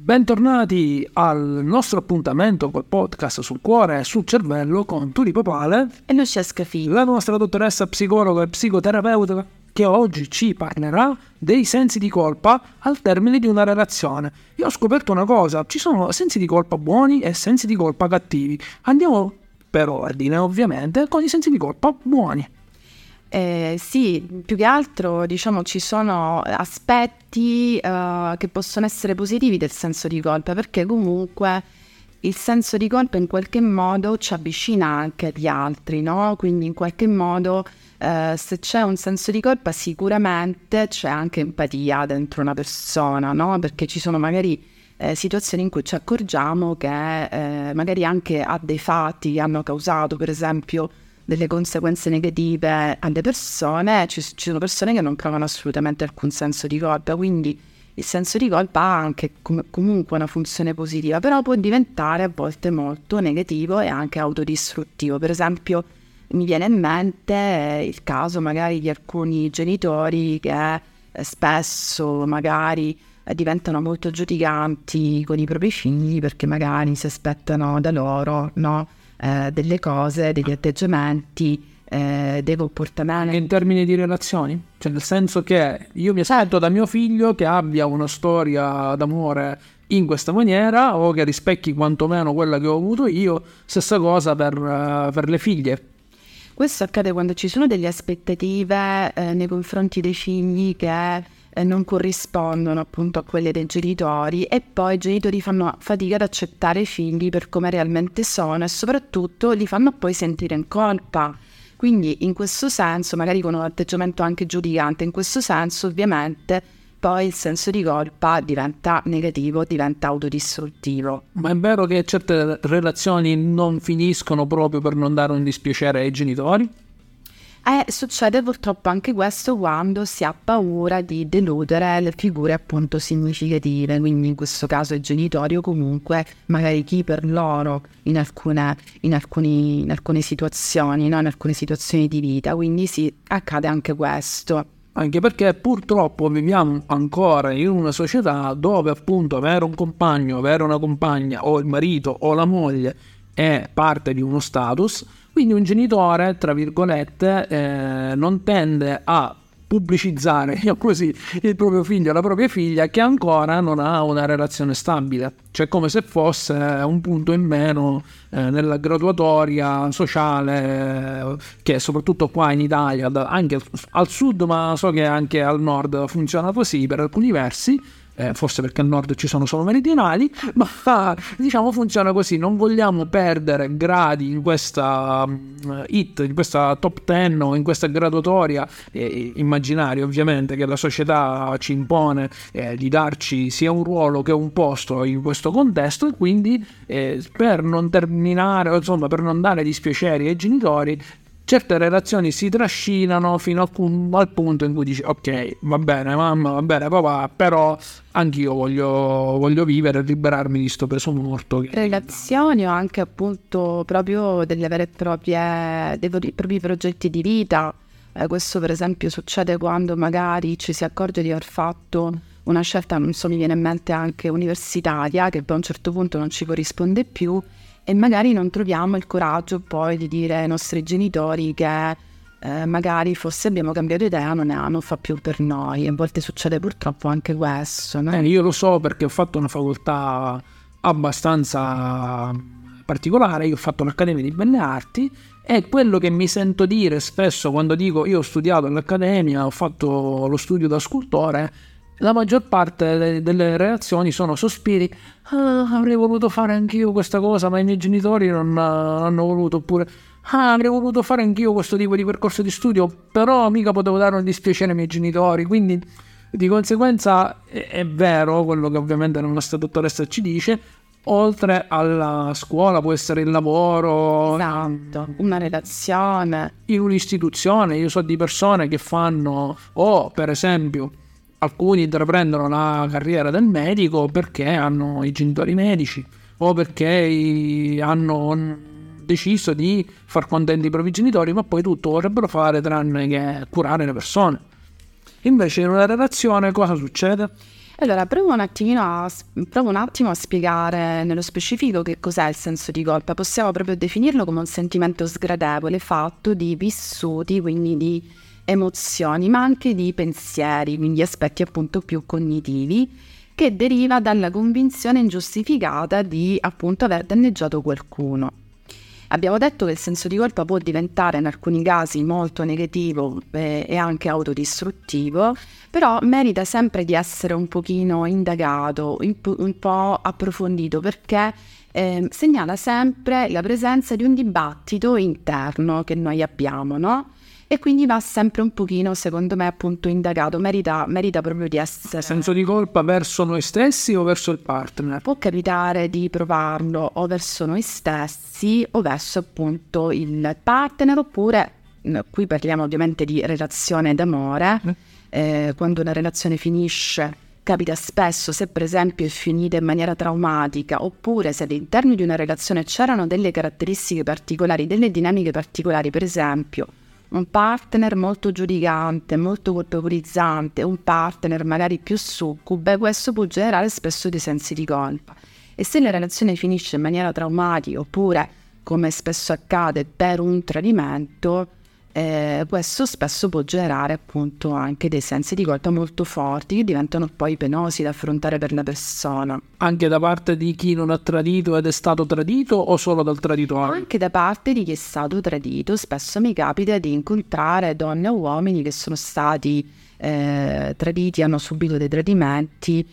Bentornati al nostro appuntamento col podcast sul cuore e sul cervello con Tulipo Pale e Lucia Scafini, la nostra dottoressa psicologa e psicoterapeuta, che oggi ci parlerà dei sensi di colpa al termine di una relazione. Io ho scoperto una cosa: ci sono sensi di colpa buoni e sensi di colpa cattivi. Andiamo per ordine, ovviamente, con i sensi di colpa buoni. Sì, più che altro diciamo ci sono aspetti che possono essere positivi del senso di colpa, perché comunque il senso di colpa in qualche modo ci avvicina anche agli altri, no? Quindi in qualche modo se c'è un senso di colpa sicuramente c'è anche empatia dentro una persona, no? Perché ci sono magari situazioni in cui ci accorgiamo che magari anche ha dei fatti che hanno causato, per esempio, delle conseguenze negative alle persone. Ci sono persone che non provano assolutamente alcun senso di colpa, quindi il senso di colpa ha anche comunque una funzione positiva, però può diventare a volte molto negativo e anche autodistruttivo. Per esempio mi viene in mente il caso magari di alcuni genitori che spesso magari diventano molto giudicanti con i propri figli perché magari si aspettano da loro, no? Delle cose, degli atteggiamenti, dei comportamenti. In termini di relazioni? Cioè, nel senso che io mi aspetto da mio figlio che abbia una storia d'amore in questa maniera, o che rispecchi quantomeno quella che ho avuto io. Stessa cosa per le figlie. Questo accade quando ci sono delle aspettative nei confronti dei figli che non corrispondono appunto a quelle dei genitori, e poi i genitori fanno fatica ad accettare i figli per come realmente sono e soprattutto li fanno poi sentire in colpa. Quindi in questo senso, magari con un atteggiamento anche giudicante, in questo senso ovviamente poi il senso di colpa diventa negativo, diventa autodistruttivo. Ma è vero che certe relazioni non finiscono proprio per non dare un dispiacere ai genitori? Succede purtroppo anche questo quando si ha paura di deludere le figure appunto significative, quindi in questo caso i genitori o comunque magari chi per loro in alcune situazioni, no? In alcune situazioni di vita, quindi sì, accade anche questo. Anche perché purtroppo viviamo ancora in una società dove appunto avere un compagno, avere una compagna o il marito o la moglie è parte di uno status. Quindi un genitore, tra virgolette, non tende a pubblicizzare così il proprio figlio o la propria figlia che ancora non ha una relazione stabile. Cioè, come se fosse un punto in meno nella graduatoria sociale, che soprattutto qua in Italia, anche al sud, ma so che anche al nord funziona così per alcuni versi. Forse perché al nord ci sono solo meridionali, ma diciamo funziona così. Non vogliamo perdere gradi in questa in questa top 10 o in questa graduatoria immaginaria, ovviamente, che la società ci impone di darci sia un ruolo che un posto in questo contesto, e quindi per non terminare, insomma, per non dare dispiaceri ai genitori, certe relazioni si trascinano fino al punto in cui dici: ok, va bene mamma, va bene papà, però anch'io voglio vivere e liberarmi di sto peso morto. Relazioni o anche appunto proprio delle vere e proprie, dei propri progetti di vita. Questo per esempio succede quando magari ci si accorge di aver fatto una scelta, non so, mi viene in mente anche universitaria, che poi a un certo punto non ci corrisponde più, e magari non troviamo il coraggio poi di dire ai nostri genitori che magari forse abbiamo cambiato idea, non fa più per noi. A volte succede purtroppo anche questo, no? Io lo so perché ho fatto una facoltà abbastanza particolare. Io ho fatto l'Accademia di Belle Arti, e quello che mi sento dire spesso quando dico io ho studiato all'Accademia, ho fatto lo studio da scultore, la maggior parte delle reazioni sono sospiri: avrei voluto fare anch'io questa cosa, ma i miei genitori non hanno voluto, oppure avrei voluto fare anch'io questo tipo di percorso di studio, però mica potevo dare un dispiacere ai miei genitori. Quindi di conseguenza è vero quello che ovviamente la nostra dottoressa ci dice. Oltre alla scuola può essere il lavoro, esatto, una relazione in un'istituzione. Io so di persone che fanno, o per esempio alcuni intraprendono la carriera del medico perché hanno i genitori medici, o perché hanno deciso di far contenti i propri genitori, ma poi tutto vorrebbero fare tranne che curare le persone. Invece in una relazione cosa succede? Allora, provo un attimo a spiegare nello specifico che cos'è il senso di colpa. Possiamo proprio definirlo come un sentimento sgradevole fatto di vissuti, quindi di emozioni, ma anche di pensieri, quindi aspetti appunto più cognitivi, che deriva dalla convinzione ingiustificata di appunto aver danneggiato qualcuno. Abbiamo detto che il senso di colpa può diventare in alcuni casi molto negativo e anche autodistruttivo, però merita sempre di essere un pochino indagato, un po' approfondito, perché segnala sempre la presenza di un dibattito interno che noi abbiamo, no? E quindi va sempre un pochino, secondo me, appunto indagato, merita proprio di essere... Senso di colpa verso noi stessi o verso il partner? Può capitare di provarlo o verso noi stessi o verso appunto il partner, oppure, qui parliamo ovviamente di relazione d'amore, quando una relazione finisce. Capita spesso, se per esempio è finita in maniera traumatica, oppure se all'interno di una relazione c'erano delle caratteristiche particolari, delle dinamiche particolari, per esempio un partner molto giudicante, molto colpevolizzante, un partner magari più succube, questo può generare spesso dei sensi di colpa. E se la relazione finisce in maniera traumatica, oppure, come spesso accade, per un tradimento, questo spesso può generare appunto anche dei sensi di colpa molto forti, che diventano poi penosi da affrontare per la persona. Anche da parte di chi non ha tradito ed è stato tradito, o solo dal traditore? Anche da parte di chi è stato tradito. Spesso mi capita di incontrare donne o uomini che sono stati traditi, hanno subito dei tradimenti,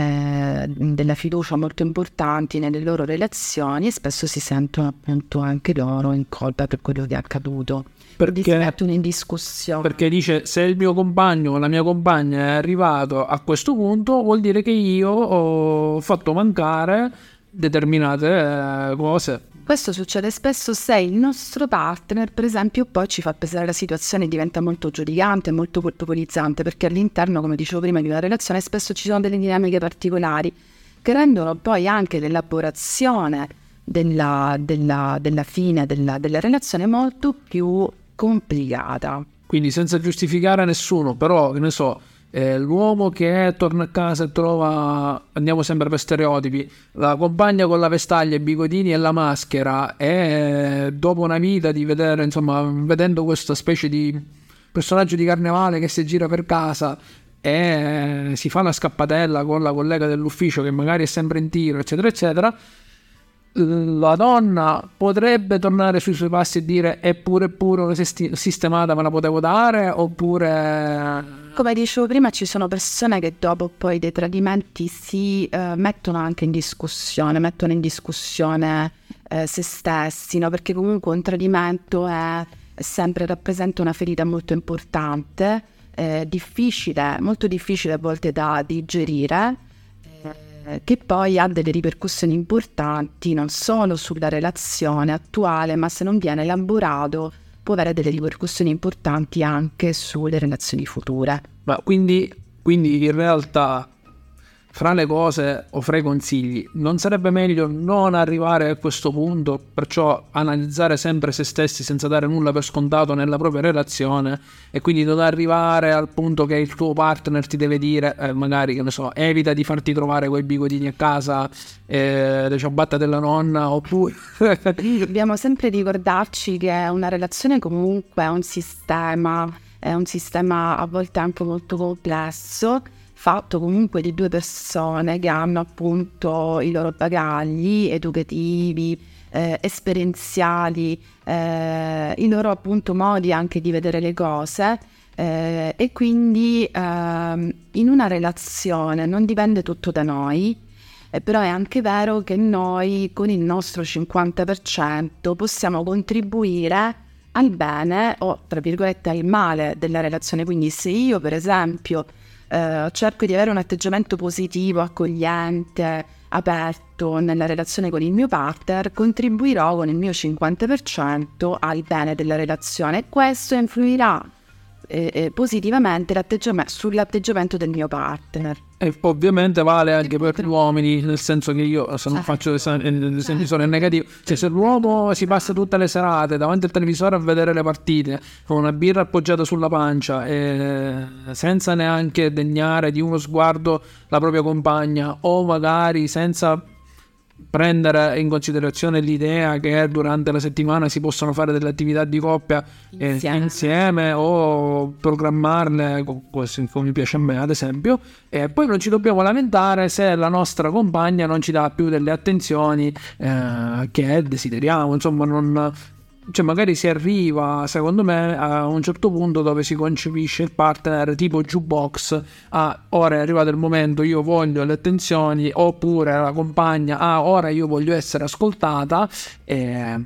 della fiducia molto importanti nelle loro relazioni, e spesso si sentono appunto anche loro in colpa per quello che è accaduto. Perché mettono in discussione. Perché dice, se il mio compagno o la mia compagna è arrivato a questo punto, vuol dire che io ho fatto mancare determinate cose. Questo succede spesso se il nostro partner, per esempio, poi ci fa pesare la situazione e diventa molto giudicante, molto colpevolizzante, perché all'interno, come dicevo prima, di una relazione spesso ci sono delle dinamiche particolari che rendono poi anche l'elaborazione della fine della relazione molto più complicata. Quindi, senza giustificare nessuno, però, che ne so, l'uomo che torna a casa e trova, andiamo sempre per stereotipi, la compagna con la vestaglia, i bigodini e la maschera, e dopo una vita di vedere, insomma, vedendo questa specie di personaggio di carnevale che si gira per casa e si fa una scappatella con la collega dell'ufficio che magari è sempre in tiro, eccetera eccetera, la donna potrebbe tornare sui suoi passi e dire eppure una sistemata me la potevo dare, oppure... Come dicevo prima, ci sono persone che dopo poi dei tradimenti si mettono anche in discussione, se stessi, no? Perché comunque un tradimento sempre rappresenta una ferita molto importante, difficile, molto difficile a volte da digerire, che poi ha delle ripercussioni importanti non solo sulla relazione attuale, ma se non viene elaborato può avere delle ripercussioni importanti anche sulle relazioni future. Ma quindi in realtà, fra le cose o fra i consigli, non sarebbe meglio non arrivare a questo punto, perciò analizzare sempre se stessi senza dare nulla per scontato nella propria relazione, e quindi non arrivare al punto che il tuo partner ti deve dire, magari, che ne so, evita di farti trovare quei bigodini a casa, le ciabatte della nonna, oppure... Dobbiamo sempre ricordarci che una relazione comunque è un sistema a volte anche molto complesso, fatto comunque di due persone che hanno appunto i loro bagagli educativi, esperienziali, i loro appunto modi anche di vedere le cose, e quindi in una relazione non dipende tutto da noi, però è anche vero che noi con il nostro 50% possiamo contribuire al bene o tra virgolette al male della relazione. Quindi se io per esempio cerco di avere un atteggiamento positivo, accogliente, aperto nella relazione con il mio partner, contribuirò con il mio 50% al bene della relazione, e questo influirà positivamente sull'atteggiamento del mio partner. E ovviamente vale anche per gli uomini, nel senso che io, se non faccio l'esempio sono negativo, cioè se l'uomo si passa tutte le serate davanti al televisore a vedere le partite con una birra appoggiata sulla pancia e senza neanche degnare di uno sguardo la propria compagna, o magari senza prendere in considerazione l'idea che durante la settimana si possono fare delle attività di coppia insieme o programmarle come piace a me ad esempio, e poi non ci dobbiamo lamentare se la nostra compagna non ci dà più delle attenzioni che desideriamo, insomma cioè magari si arriva secondo me a un certo punto dove si concepisce il partner tipo jukebox, ora è arrivato il momento, io voglio le attenzioni, oppure la compagna ora io voglio essere ascoltata, cioè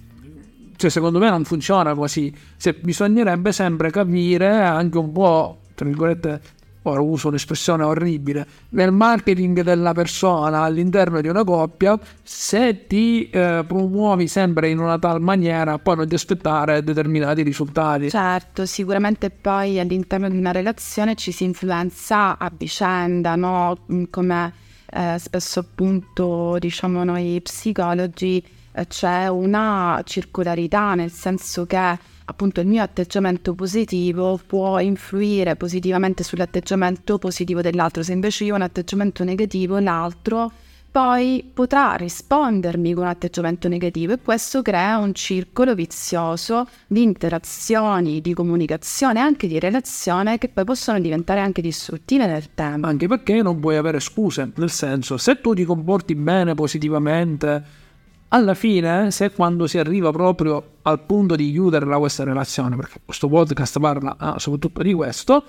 secondo me non funziona così, bisognerebbe sempre capire anche un po', tra virgolette, ora uso un'espressione orribile, nel marketing della persona all'interno di una coppia, se ti promuovi sempre in una tal maniera, poi non ti aspettare determinati risultati. Certo, sicuramente poi all'interno di una relazione ci si influenza a vicenda, no? Come spesso appunto diciamo noi psicologi, c'è una circolarità, nel senso che appunto il mio atteggiamento positivo può influire positivamente sull'atteggiamento positivo dell'altro, se invece io ho un atteggiamento negativo, l'altro poi potrà rispondermi con un atteggiamento negativo, e questo crea un circolo vizioso di interazioni, di comunicazione, anche di relazione, che poi possono diventare anche distruttive nel tempo. Anche perché non puoi avere scuse, nel senso, se tu ti comporti bene, positivamente, alla fine, se quando si arriva proprio al punto di chiuderla questa relazione, perché questo podcast parla soprattutto di questo,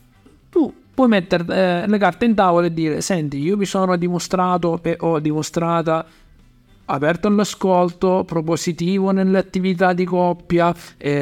tu puoi mettere le carte in tavola e dire: senti, io mi sono dimostrato e ho dimostrata aperto all'ascolto, propositivo nelle attività di coppia,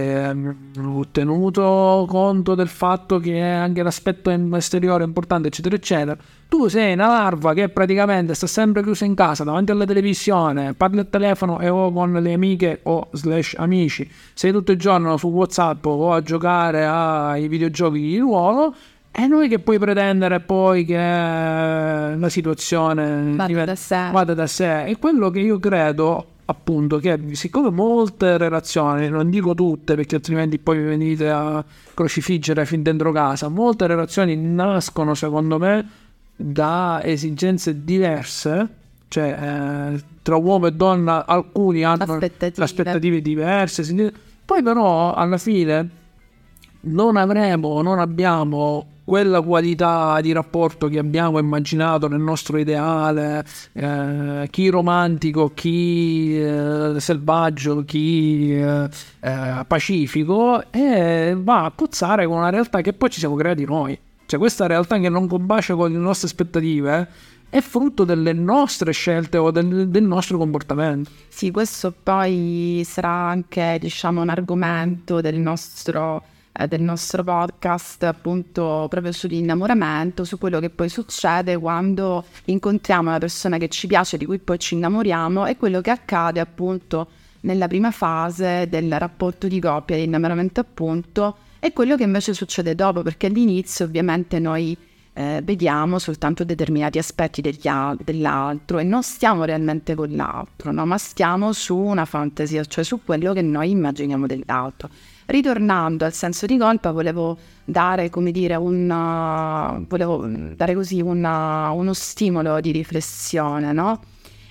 ho tenuto conto del fatto che anche l'aspetto esteriore è importante, eccetera eccetera. Tu sei una larva che praticamente sta sempre chiusa in casa davanti alla televisione, parli al telefono o con le amiche o / amici, sei tutto il giorno su WhatsApp o a giocare ai videogiochi di ruolo, e noi che puoi pretendere poi che la situazione vada da sé. È quello che io credo, appunto, che siccome molte relazioni, non dico tutte perché altrimenti poi vi venite a crocifiggere fin dentro casa, molte relazioni nascono secondo me da esigenze diverse, cioè tra uomo e donna alcuni hanno aspettative diverse, poi però alla fine non abbiamo quella qualità di rapporto che abbiamo immaginato nel nostro ideale, chi romantico, chi selvaggio, chi pacifico, e va a cozzare con una realtà che poi ci siamo creati noi. Cioè questa realtà che non combacia con le nostre aspettative è frutto delle nostre scelte o del nostro comportamento. Sì, questo poi sarà anche, diciamo, un argomento del nostro podcast, appunto, proprio sull'innamoramento, su quello che poi succede quando incontriamo la persona che ci piace, di cui poi ci innamoriamo, e quello che accade appunto nella prima fase del rapporto di coppia, di innamoramento appunto, e quello che invece succede dopo, perché all'inizio ovviamente noi vediamo soltanto determinati aspetti dell'altro e non stiamo realmente con l'altro, no? Ma stiamo su una fantasia, cioè su quello che noi immaginiamo dell'altro. Ritornando al senso di colpa, volevo dare, come dire, uno stimolo di riflessione, no?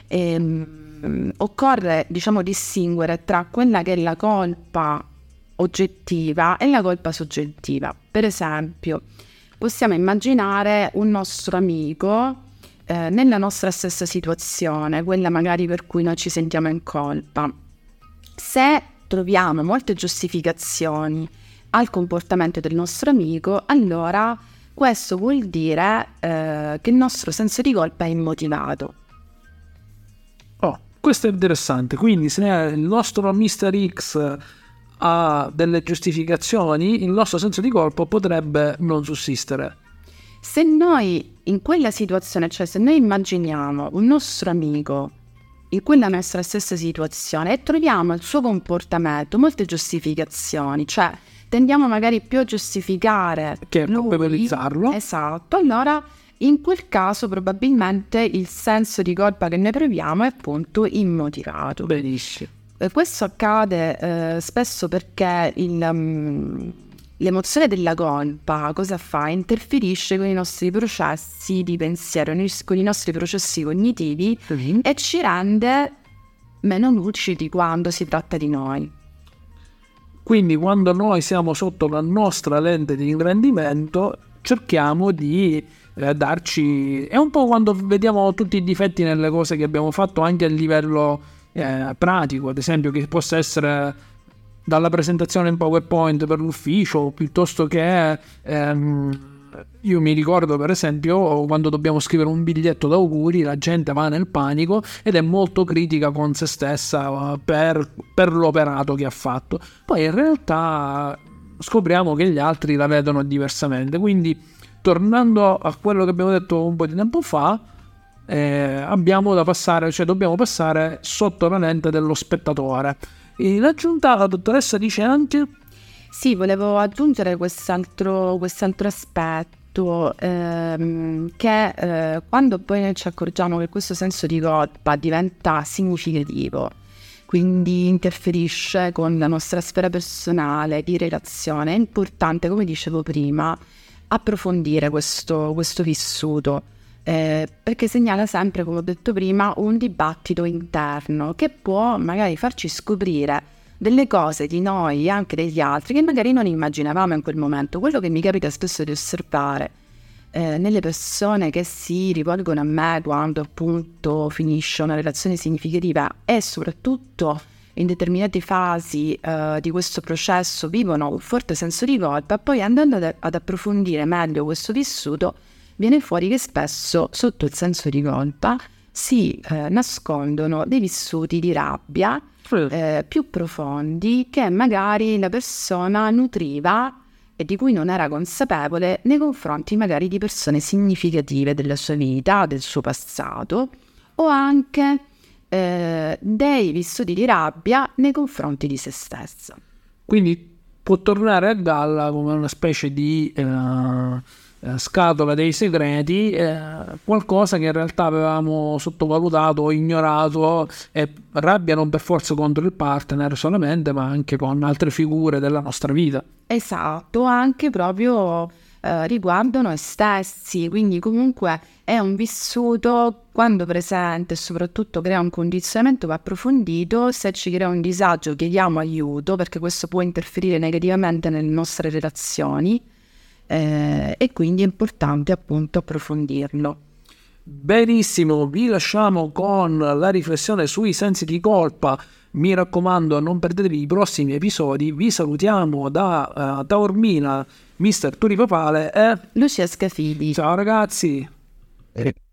Occorre, diciamo, distinguere tra quella che è la colpa oggettiva e la colpa soggettiva. Per esempio, possiamo immaginare un nostro amico nella nostra stessa situazione, quella magari per cui noi ci sentiamo in colpa. Se troviamo molte giustificazioni al comportamento del nostro amico, allora questo vuol dire che il nostro senso di colpa è immotivato. Questo è interessante. Quindi se il nostro Mr. X ha delle giustificazioni, il nostro senso di colpa potrebbe non sussistere. Se noi in quella situazione, cioè se noi immaginiamo un nostro amico in quella nostra stessa situazione e troviamo il suo comportamento molte giustificazioni, cioè tendiamo magari più a giustificare che colpevolizzarlo. Esatto, allora in quel caso probabilmente il senso di colpa che noi proviamo è appunto immotivato. Benissimo. Questo accade spesso perché l'emozione della colpa cosa fa? Interferisce con i nostri processi di pensiero, con i nostri processi cognitivi e ci rende meno lucidi quando si tratta di noi. Quindi quando noi siamo sotto la nostra lente di ingrandimento cerchiamo di darci... È un po' quando vediamo tutti i difetti nelle cose che abbiamo fatto anche a livello pratico, ad esempio che possa essere dalla presentazione in PowerPoint per l'ufficio, piuttosto che io mi ricordo per esempio quando dobbiamo scrivere un biglietto d'auguri, la gente va nel panico ed è molto critica con se stessa per l'operato che ha fatto. Poi in realtà scopriamo che gli altri la vedono diversamente. Quindi tornando a quello che abbiamo detto un po' di tempo fa, abbiamo da passare, cioè dobbiamo passare sotto la lente dello spettatore. In aggiunta la dottoressa dice anche... Sì, volevo aggiungere quest'altro aspetto, che quando poi noi ci accorgiamo che questo senso di colpa diventa significativo, quindi interferisce con la nostra sfera personale, di relazione, è importante, come dicevo prima, approfondire questo vissuto, perché segnala sempre, come ho detto prima, un dibattito interno che può magari farci scoprire delle cose di noi e anche degli altri che magari non immaginavamo in quel momento. Quello che mi capita spesso di osservare nelle persone che si rivolgono a me quando appunto finisce una relazione significativa e soprattutto in determinate fasi di questo processo vivono un forte senso di colpa, poi andando ad approfondire meglio questo vissuto viene fuori che spesso sotto il senso di colpa si nascondono dei vissuti di rabbia più profondi che magari la persona nutriva e di cui non era consapevole nei confronti magari di persone significative della sua vita, del suo passato, o anche dei vissuti di rabbia nei confronti di se stessa. Quindi può tornare a galla come una specie di scatola dei segreti, qualcosa che in realtà avevamo sottovalutato o ignorato, e rabbia non per forza contro il partner solamente, ma anche con altre figure della nostra vita. Esatto, anche proprio riguardo noi stessi, quindi comunque è un vissuto quando presente e soprattutto crea un condizionamento va approfondito. Se ci crea un disagio chiediamo aiuto, perché questo può interferire negativamente nelle nostre relazioni. E quindi è importante appunto approfondirlo. Benissimo, vi lasciamo con la riflessione sui sensi di colpa. Mi raccomando, non perdetevi i prossimi episodi. Vi salutiamo da Taormina, Mister Turi Papale e Lucia Scafidi. ciao ragazzi.